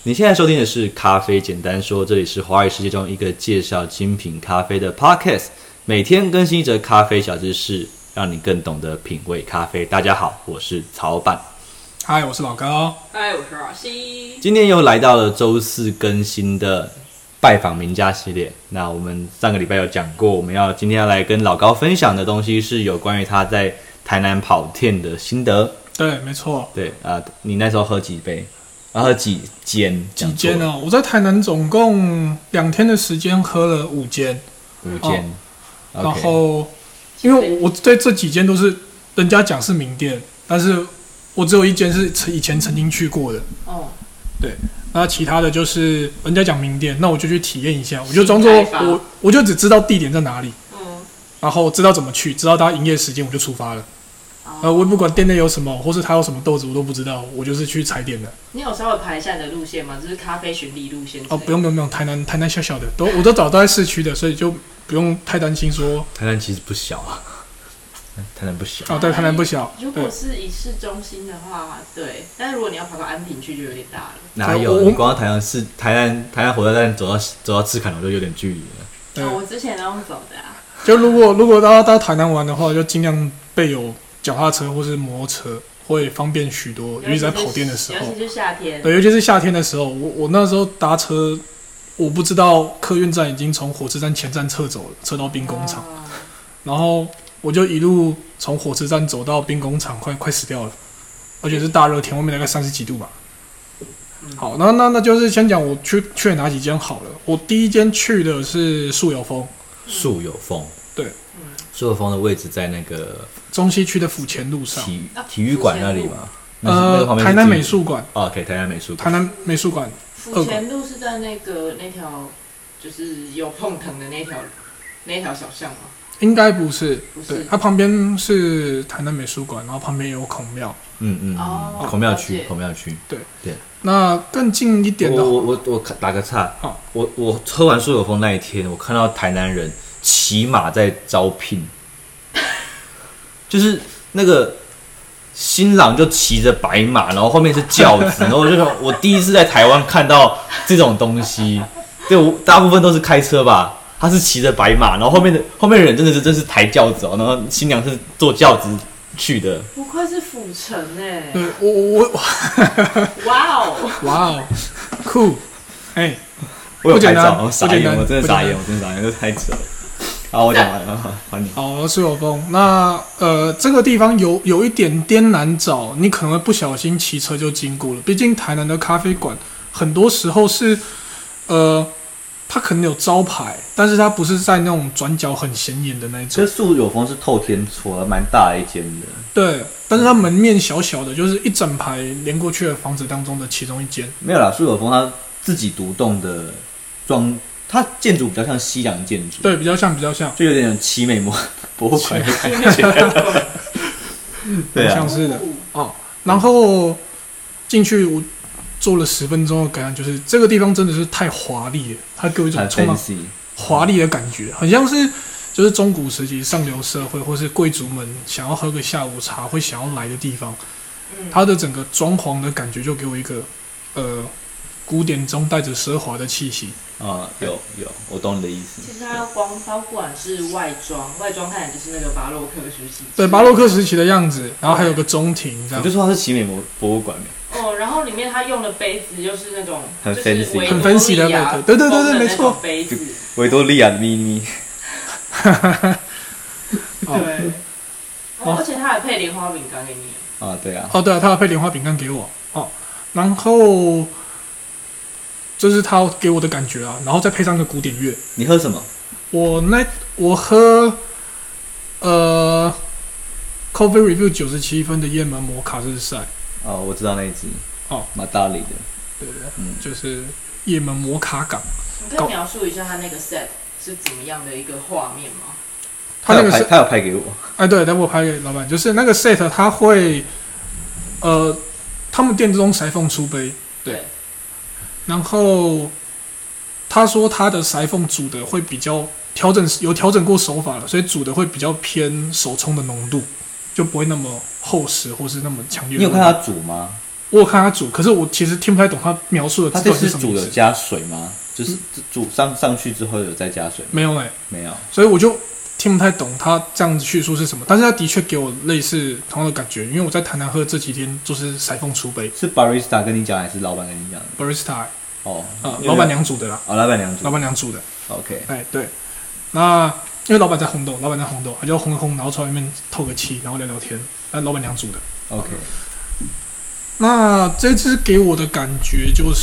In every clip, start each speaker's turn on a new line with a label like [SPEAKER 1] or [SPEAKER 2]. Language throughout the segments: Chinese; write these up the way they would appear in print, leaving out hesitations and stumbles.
[SPEAKER 1] 你现在收听的是《咖啡简单说》，这里是华语世界中一个介绍精品咖啡的 podcast， 每天更新一则咖啡小知识，让你更懂得品味咖啡。大家好，我是曹板。
[SPEAKER 2] 嗨，我是老高。
[SPEAKER 3] 嗨，我是老西。
[SPEAKER 1] 今天又来到了周四更新的拜访名家系列。那我们上个礼拜有讲过，我们今天要来跟老高分享的东西是有关于他在台南跑店的心得。
[SPEAKER 2] 对，没错。
[SPEAKER 1] 对你那时候喝几杯？喝几间？
[SPEAKER 2] 几间呢？我在台南总共2天的时间喝了5间。
[SPEAKER 1] 5间。
[SPEAKER 2] 然后，因为我对这几间都是人家讲是名店，但是我只有1间是以前曾经去过的。哦。对，那其他的就是人家讲名店，那我就去体验一下，我就装作我就只知道地点在哪里，然后知道怎么去，知道它营业时间，我就出发了。我也不管店内有什么，或是它有什么豆子，我都不知道，我就是去踩点的。
[SPEAKER 3] 你有稍微排一下你的路线吗？就是咖啡巡礼路线。
[SPEAKER 2] 哦，不用，台南小小的，我都找到在市区的，所以就不用太担心说。
[SPEAKER 1] 台南其实不小啊，台南不小。
[SPEAKER 2] 哦，对，台南不小。
[SPEAKER 3] 如果是以市中心的话，对，但是如果你要跑到安平去，就有点大了。
[SPEAKER 1] 哪有？你光台南火车站走到赤坎楼就有点距离了。
[SPEAKER 3] 我之前都用走的啊。
[SPEAKER 2] 就如果到台南玩的话，就尽量备有脚踏车或是摩托车，会方便许多，尤其在跑店的时候。
[SPEAKER 3] 尤其是夏天。
[SPEAKER 2] 对，尤其是夏天的时候，我那时候搭车，我不知道客运站已经从火车站前站撤走了，撤到兵工厂，然后我就一路从火车站走到兵工厂，快死掉了，而且是大热天，外面大概30几度吧。好，那就是先讲我去了哪几间好了。我第一间去的是树有风。
[SPEAKER 1] 树有风。
[SPEAKER 2] 对。
[SPEAKER 1] 树有风的位置在那个
[SPEAKER 2] 中西区的府前路上，
[SPEAKER 1] 体育馆那里吗？
[SPEAKER 2] 台南美术馆。
[SPEAKER 1] OK， 台南美术馆。
[SPEAKER 2] 台南美术馆。
[SPEAKER 3] 府前路是在那条就是有碰藤的那条小巷吗？
[SPEAKER 2] 应该不是，对，它旁边是台南美术馆，然后旁边有孔庙。孔庙区。对。那更近一点的，
[SPEAKER 1] 我打个岔。我喝完树有风那一天，我看到台南人骑马在招聘，就是那个新郎就骑着白马，然后后面是轿子，然后我就想，我第一次在台湾看到这种东西。对，我大部分都是开车吧，他是骑着白马，然后后面的人真是抬轿子哦，然后新娘是坐轿子去的。
[SPEAKER 3] 不愧是府城哎！
[SPEAKER 2] 对，我
[SPEAKER 3] 哇哦，
[SPEAKER 2] 酷！哎，
[SPEAKER 1] 我有拍照，我傻眼，我真的傻眼，这太扯了。好，我讲完了，还你。
[SPEAKER 2] 好，树有风。那这个地方有一点点难找，你可能会不小心骑车就经过了。毕竟台南的咖啡馆很多时候是它可能有招牌，但是它不是在那种转角很显眼的那种。
[SPEAKER 1] 这树有风是透天厝，蛮大一间的。
[SPEAKER 2] 对，但是它门面小小的，就是一整排连过去的房子当中的其中一间。
[SPEAKER 1] 没有啦，树有风它自己独栋的它建筑比较像西洋建筑。
[SPEAKER 2] 对，比较像，
[SPEAKER 1] 就有点奇美博物馆的感觉。对啊，
[SPEAKER 2] 像是的哦。然后进去我坐了10分钟的感觉，就是这个地方真的是太华丽了，它给我一种充满华丽的感觉，很像是就是中古时期上流社会或是贵族们想要喝个下午茶会想要来的地方。它的整个装潢的感觉就给我一个古典中带着奢华的气息。
[SPEAKER 1] 有，我懂你的意思。
[SPEAKER 3] 其实它包括是外装看起来就是那个巴洛克时期。
[SPEAKER 2] 对，巴洛克时期的样子，然后还有个中庭，这样。
[SPEAKER 1] 我就说它是奇美博物馆。
[SPEAKER 3] 然后里面它用的杯子又是那种
[SPEAKER 1] 很 fancy
[SPEAKER 2] 的杯子，对，没错，
[SPEAKER 3] 杯子。
[SPEAKER 1] 维多利亚的咪咪。
[SPEAKER 3] 对。而且它还配莲花饼干给你。
[SPEAKER 1] 对啊。
[SPEAKER 2] 对啊，他要配莲花饼干给我。然后这是他给我的感觉啊，然后再配上个古典乐。
[SPEAKER 1] 你喝什么？
[SPEAKER 2] 我喝Coffee Review 97分的叶门摩卡日晒。
[SPEAKER 1] 我知道那一支。马大里的。
[SPEAKER 2] 对，就是叶门摩卡港。
[SPEAKER 3] 你可以描述一下他那个 set 是怎么样的一个画面吗？
[SPEAKER 1] 他有拍给我。
[SPEAKER 2] 对，等我拍给老板，就是那个 set 他会他们店中裁缝出杯。对。然后他说他的裁缝煮的会比较有调整过手法了，所以煮的会比较偏手冲的浓度，就不会那么厚实或是那么强烈。
[SPEAKER 1] 你有看他煮吗？
[SPEAKER 2] 我有看他煮，可是我其实听不太懂他描述的
[SPEAKER 1] 它这
[SPEAKER 2] 到底是什么意思。
[SPEAKER 1] 次煮有加水吗？就是煮上去之后有再加水吗？
[SPEAKER 2] 没有
[SPEAKER 1] 没有。
[SPEAKER 2] 所以我就听不太懂他这样子叙述是什么。但是他的确给我类似同样的感觉，因为我在台南喝这几天就是裁缝出杯，
[SPEAKER 1] 是 barista 跟你讲还是老板跟你讲的？
[SPEAKER 2] barista
[SPEAKER 1] 哦，
[SPEAKER 2] 老板娘煮的啦。
[SPEAKER 1] 哦，老板娘
[SPEAKER 2] 煮的。
[SPEAKER 1] OK。
[SPEAKER 2] 对。那因为老板在烘豆，他就烘，然后在外面透个气，然后聊聊天。那老板娘煮的。
[SPEAKER 1] OK。
[SPEAKER 2] 那这支给我的感觉就是，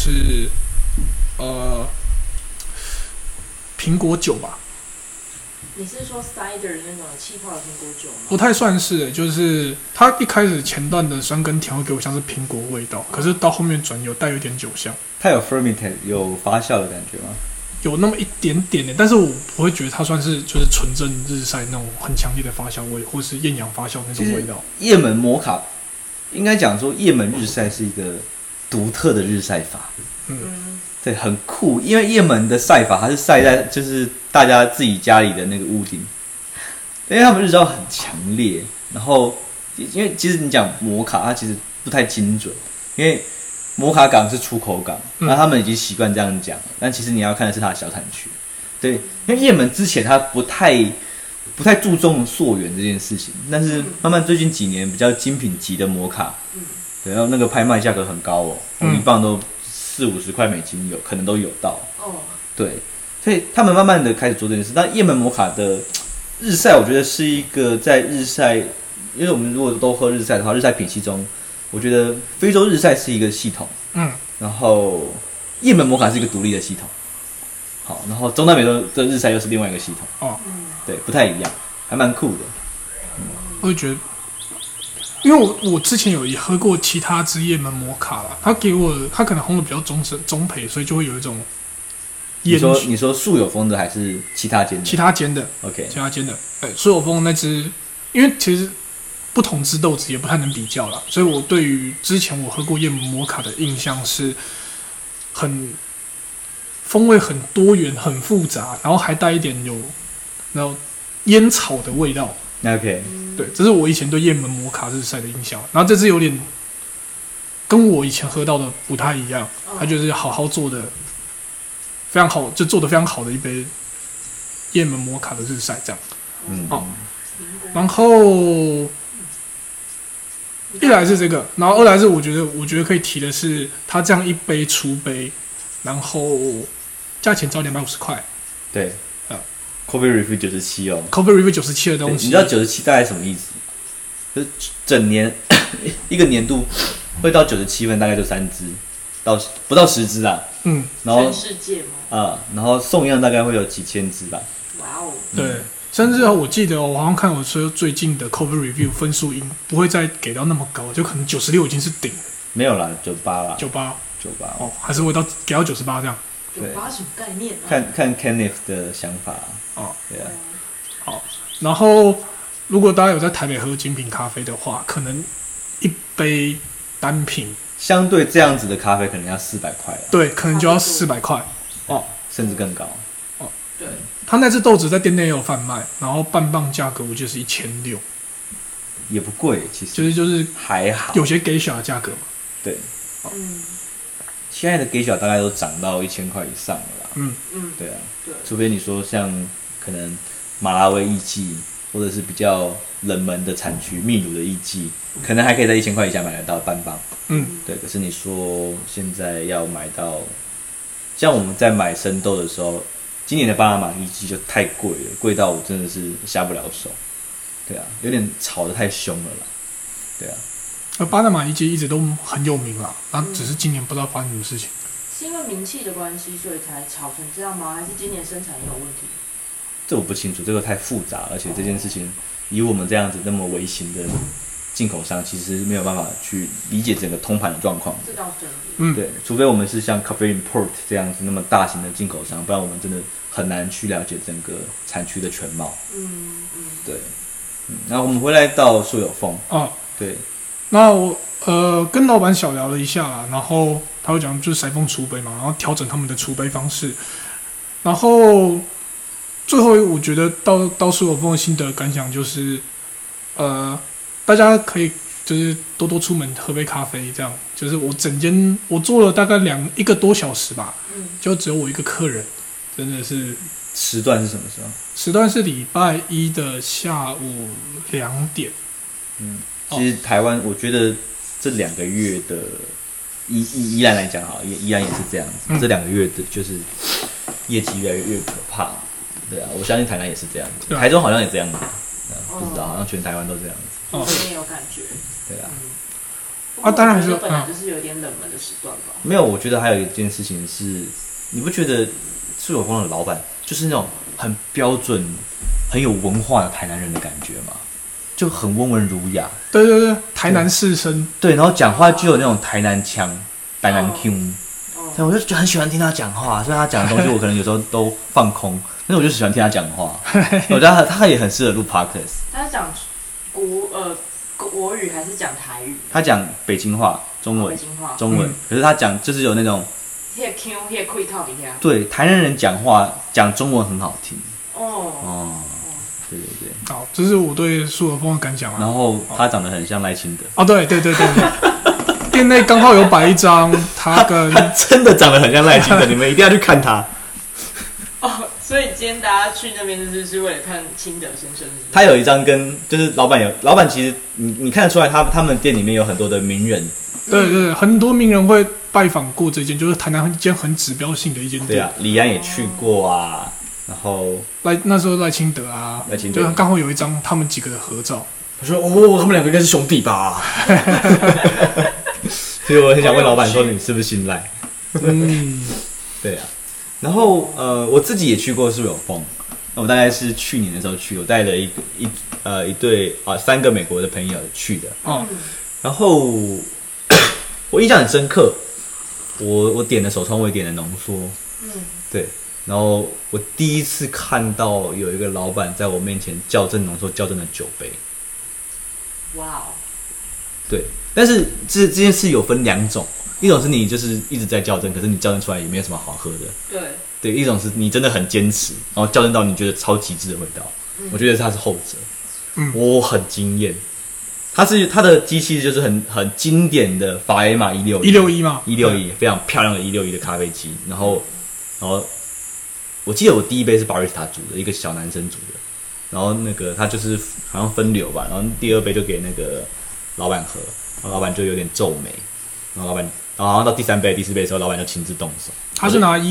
[SPEAKER 2] 苹果酒吧。
[SPEAKER 3] 你是说 cider 那种气泡的苹果酒吗？
[SPEAKER 2] 不太算是，就是它一开始前段的酸跟甜会给我像是苹果味道，可是到后面转有带有一点酒香。
[SPEAKER 1] 它有 fermented 有发酵的感觉吗？
[SPEAKER 2] 有那么一点点的，但是我不会觉得它算是就是纯正日晒那种很强烈的发酵味，或是厌氧发酵那种味道。
[SPEAKER 1] 叶门摩卡应该讲说叶门日晒是一个独特的日晒法。对，很酷，因为叶门的晒法它是晒在就是大家自己家里的那个屋顶，因为他们日照很强烈，然后因为其实你讲摩卡它其实不太精准，因为摩卡港是出口港，那他们已经习惯这样讲了，但其实你要看的是它的小产区。对，因为叶门之前它不太注重溯源这件事情，但是慢慢最近几年比较精品级的摩卡，对，然后那个拍卖价格很高哦，一磅都40-50块美金有可能都有到。对，所以他们慢慢的开始做这件事。但叶门摩卡的日晒，我觉得是一个在日晒，因为我们如果都喝日晒的话，日晒品系中，我觉得非洲日晒是一个系统，然后叶门摩卡是一个独立的系统，好，然后中南美洲的日晒又是另外一个系统，对，不太一样，还蛮酷的。
[SPEAKER 2] 我会觉得。因为我之前有喝过其他支叶门摩卡啦，他可能烘的比较中培，所以就会有一种
[SPEAKER 1] 你说素有风的还是其他间的？
[SPEAKER 2] 其他间的
[SPEAKER 1] ，OK，
[SPEAKER 2] 其他间的。素有风那支，因为其实不同支豆子也不太能比较啦，所以我对于之前我喝过叶门摩卡的印象是很风味很多元、很复杂，然后还带一点然后烟草的味道。
[SPEAKER 1] OK。
[SPEAKER 2] 对，这是我以前对叶门摩卡日晒的印象。然后这支有点跟我以前喝到的不太一样，它就是好好做的，非常好，就做的非常好的一杯叶门摩卡的日晒这样。然后一来是这个，然后二来是我觉得可以提的是，它这样一杯出杯，然后价钱只要250块。
[SPEAKER 1] 对。Coffee Review 97哦
[SPEAKER 2] ，Coffee Review 97的东西，
[SPEAKER 1] 你知道97大概什么意思？就是整年一个年度会到97分，大概就3支，不到10支啦。然后
[SPEAKER 3] 全世界吗？
[SPEAKER 1] 然后送样大概会有几千支吧。
[SPEAKER 3] 哇哦！
[SPEAKER 2] 对，甚至我记得我好像看我说最近的 Coffee Review 分数不会再给到那么高，就可能96已经是顶了。
[SPEAKER 1] 没有啦，98啦。98
[SPEAKER 2] 哦，还是会给到98这样。
[SPEAKER 3] 98什么概念啊？
[SPEAKER 1] 看 Kenneth 的想法。对啊。
[SPEAKER 2] 好，然后如果大家有在台北喝精品咖啡的话，可能一杯单品
[SPEAKER 1] 相对这样子的咖啡可能要400块了。
[SPEAKER 2] 对，可能就要400块
[SPEAKER 1] 甚至更高。
[SPEAKER 3] 对。
[SPEAKER 2] 他那只豆子在店内也有贩卖，然后半磅价格我记得是1600，
[SPEAKER 1] 也不贵，其实
[SPEAKER 2] 就是
[SPEAKER 1] 还好，
[SPEAKER 2] 有些给小的价格嘛。
[SPEAKER 1] 对。现在的给小大概都涨到1000块以上了啦。对啊。除非你说像可能马拉维艺妓，或者是比较冷门的产区秘鲁的艺妓，可能还可以在1000块以下买得到半磅。对。可是你说现在要买到，像我们在买生豆的时候，今年的巴拿马艺妓就太贵了，贵到我真的是下不了手。对啊，有点炒得太凶了啦。对啊。
[SPEAKER 2] 而巴拿马艺妓一直都很有名啦，只是今年不知道发生什么事情。
[SPEAKER 3] 是因为名气的关系，所以才炒成这样吗？还是今年生产也有问题？
[SPEAKER 1] 这我不清楚，这个太复杂，而且这件事情以我们这样子那么微型的进口商，其实没有办法去理解整个通盘的状况。
[SPEAKER 3] 这倒是真的。
[SPEAKER 1] 对，除非我们是像 Coffee Import 这样子那么大型的进口商，不然我们真的很难去了解整个产区的全貌。对。那我们回来到素有风。对。
[SPEAKER 2] 那我跟老板小聊了一下啦，然后他会讲就是裁缝出杯嘛，然后调整他们的出杯方式，然后最后我觉得到素有风的心得感想就是，大家可以就是多多出门喝杯咖啡，这样就是我整间我做了大概1个多小时吧，就只有我一个客人，真的是。
[SPEAKER 1] 时段是什么时候？
[SPEAKER 2] 时段是礼拜一的下午2点。
[SPEAKER 1] 其实台湾我觉得这2个月的宜兰来讲好，宜兰也是这样子，这2个月的就是业绩越来越可怕。对啊，我相信台南也是这样子，台中好像也这样子，不知道，好像全台湾都这样子。
[SPEAKER 3] 我这边有感觉。
[SPEAKER 1] 对啊。
[SPEAKER 2] 当然是
[SPEAKER 3] 本来就是有点冷门的时段吧。
[SPEAKER 1] 没有，我觉得还有一件事情是，你不觉得素有风的老板就是那种很标准、很有文化的台南人的感觉吗？就很温文儒雅。
[SPEAKER 2] 对对对，台南士绅。
[SPEAKER 1] 对，然后讲话就有那种台南腔、台南 Q。所以我就很喜欢听他讲话，虽然他讲的东西我可能有时候都放空，但是我就喜欢听他讲话。我觉得他也很适合录 podcast。
[SPEAKER 3] 他是讲国语还是讲台语？
[SPEAKER 1] 他讲北京话、中文、中文，可是他讲就是有那种。对，台南人讲话讲中文很好听。对对对。
[SPEAKER 2] 好，这是我对苏有朋的感想啊。
[SPEAKER 1] 然后他长得很像赖清德。
[SPEAKER 2] 哦，对对对对对。店内刚好有摆一张他跟
[SPEAKER 1] 他真的长得很像赖清德，你们一定要去看他。
[SPEAKER 3] 所以今天大家去那边就是为了看清德先生。
[SPEAKER 1] 他有一张跟就是老板其实你看得出来他们店里面有很多的名人。
[SPEAKER 2] 对对，很多名人会拜访过这间，就是台南一间很指标性的一间店。
[SPEAKER 1] 对啊，李安也去过啊，然后
[SPEAKER 2] 那时候赖清德啊，就刚好有一张他们几个的合照。
[SPEAKER 1] 我说他们2个应该是兄弟吧？所以我很想问老板说，你是不是姓赖？对啊。然后我自己也去过素有风，我大概是去年的时候去，我带了一对3个美国的朋友去的。然后我印象很深刻，我点的手冲，我也点的浓缩。对。然后我第一次看到有一个老板在我面前校正浓缩，校正了9杯。
[SPEAKER 3] 哇哦！
[SPEAKER 1] 对，但是这件事有分2种，一种是你就是一直在校正，可是你校正出来也没有什么好喝的。对，一种是你真的很坚持，然后校正到你觉得超极致的味道。我觉得他是后者。我很惊艳。他的机器就是很经典的法耶玛161
[SPEAKER 2] 嘛
[SPEAKER 1] ，161非常漂亮的161的咖啡机。然后我记得我第一杯是 barista 煮的，一个小男生煮的。然后那个他就是好像分流吧，然后第2杯就给那个老板喝，然后老板就有点皱眉，然后好像到第3杯、第4杯的时候，老板就亲自动手。
[SPEAKER 2] 他是拿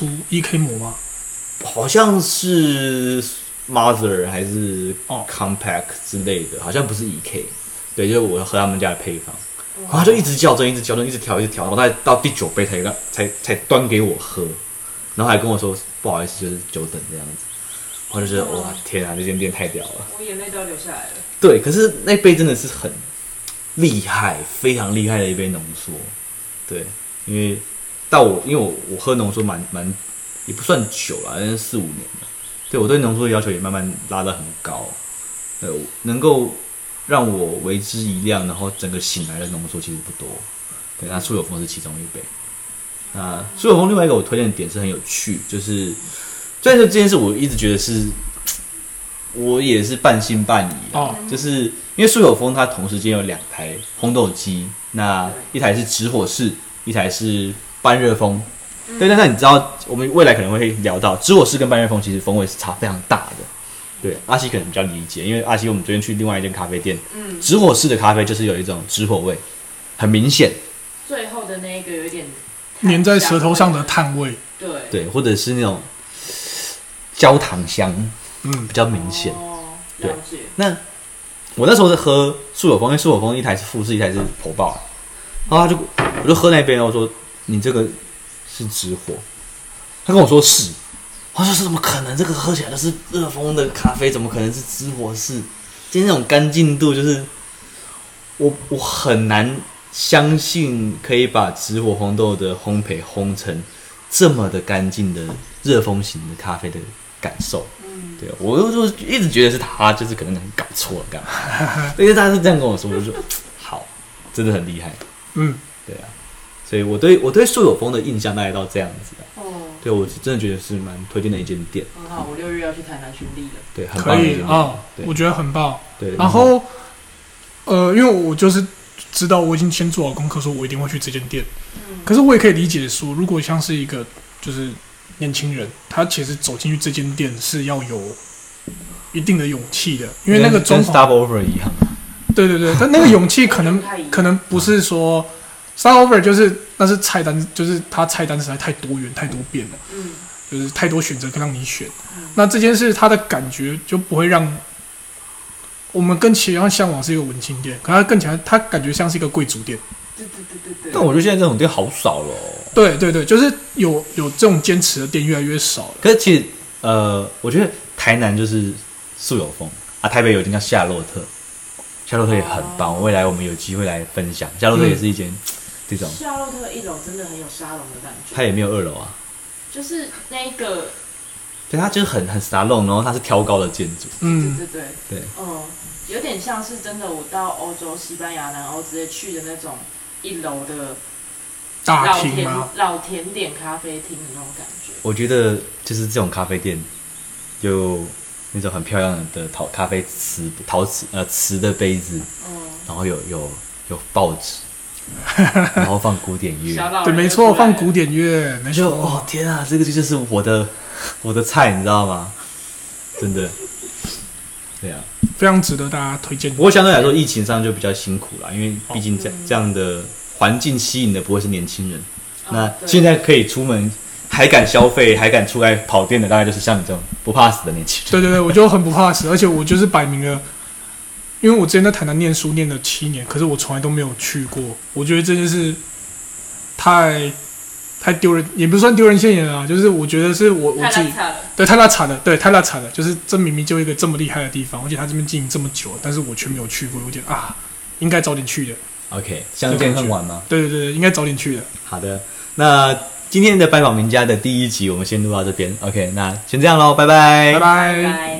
[SPEAKER 2] EK 磨吗？
[SPEAKER 1] 好像是 Mother 还是 Compact 之类的，好像不是 EK。对，就是我喝他们家的配方，然后他就一直校正，一直调，然后到第9杯才端给我喝，然后还跟我说不好意思，就是久等这样子。我就觉得哇天啊，这间店太屌了，
[SPEAKER 3] 我眼泪都要流下来了。
[SPEAKER 1] 对，可是那杯真的是很厉害，非常厉害的一杯浓缩。对，因为我喝浓缩蛮也不算久了，但是4-5年了。对，我对浓缩的要求也慢慢拉得很高，能够让我为之一亮，然后整个醒来的浓缩其实不多。对，那苏有朋是其中一杯。那苏有朋另外一个我推荐的点是很有趣，就是虽然说这件事我一直觉得是，我也是半信半疑就是因为苏有朋它同时间有2台烘豆机，那一台是直火式，一台是半热风。对，那你知道我们未来可能会聊到直火式跟半热风其实风味是差非常大的。对，阿西可能比较理解，因为阿西我们昨天去另外一间咖啡店，直火式的咖啡就是有一种直火味，很明显。
[SPEAKER 3] 最后的那个有一点
[SPEAKER 2] 粘在舌头上的炭味，
[SPEAKER 1] 对，或者是那种焦糖香，比较明显。对，那我那时候是喝素有朋，因为素有朋一台是富士，一台是头爆，然后我就喝那杯，然后我说你这个是直火，他跟我说是。我说怎么可能？这个喝起来就是热风的咖啡，怎么可能是直火式？今天那种干净度，就是我很难相信可以把直火烘豆的烘焙烘成这么的干净的热风型的咖啡的感受。对，我就一直觉得是他，就是可能搞错了干嘛？因为他是这样跟我说，我就说好，真的很厉害。对啊，所以我对素有朋的印象大概到这样子。对，我真的觉得是蛮推荐的一间店。
[SPEAKER 3] 很好，我6月要去台南巡礼了。
[SPEAKER 1] 对，很棒的一间店。
[SPEAKER 2] 我觉得很棒。
[SPEAKER 1] 对，
[SPEAKER 2] 然后因为我就是知道我已经先做好功课，说我一定会去这间店。可是我也可以理解说，如果像是一个就是年轻人，他其实走进去这间店是要有一定的勇气的，因为那个装潢
[SPEAKER 1] Stop Over 一样。
[SPEAKER 2] 对对对，但那个勇气可能不是说 Stop Over 就是那是菜单，就是它菜单实在太多元太多变了，就是太多选择可以让你选。那这件事它的感觉就不会让我们跟其他向往是一个文青店，可它更起来它感觉像是一个贵族店。
[SPEAKER 3] 对。
[SPEAKER 1] 但我觉得现在这种店好少了
[SPEAKER 2] 对对对，就是有这种坚持的店越来越少了。
[SPEAKER 1] 可是其实我觉得台南就是素有风啊，台北有一间叫夏洛特，夏洛特也很棒。未来我们有机会来分享，夏洛特也是一间这种。
[SPEAKER 3] 夏洛特1楼真的很有沙龙的感觉。
[SPEAKER 1] 它也没有2楼啊。
[SPEAKER 3] 就是那个。
[SPEAKER 1] 对，它就是很沙龙，然后它是挑高的建筑。
[SPEAKER 3] 对。有点像是真的，我到欧洲、西班牙、南欧直接去的那种1楼的
[SPEAKER 2] 大厅吗？
[SPEAKER 3] 老甜点咖啡厅的那种感觉。
[SPEAKER 1] 我觉得就是这种咖啡店，有那种很漂亮的咖啡瓷的杯子，然后有报纸，然后放古典乐。
[SPEAKER 2] 对，没错，放古典乐，没错。
[SPEAKER 1] 哦天啊，这个就是我的菜，你知道吗？真的。对啊，
[SPEAKER 2] 非常值得大家推荐。
[SPEAKER 1] 不过相对来说，疫情上就比较辛苦啦，因为毕竟这样的环境吸引的不会是年轻人。那现在可以出门，还敢消费，还敢出来跑店的，大概就是像你这种不怕死的年轻人。
[SPEAKER 2] 对对对，我就很不怕死，而且我就是摆明了，因为我之前在台南念书念了7年，可是我从来都没有去过。我觉得这件事太丢人，也不算丢人现眼啊，就是我觉得是我自己太拉惨了，对，太拉惨了，就是这明明就一个这么厉害的地方，而且他这边经营这么久，但是我却没有去过，有点应该早点去的。
[SPEAKER 1] OK， 相见恨晚吗？
[SPEAKER 2] 对对对，应该早点去的。
[SPEAKER 1] 好的，那今天的拜访名家的第1集我们先录到这边。OK， 那先这样咯，拜拜，
[SPEAKER 2] 拜拜。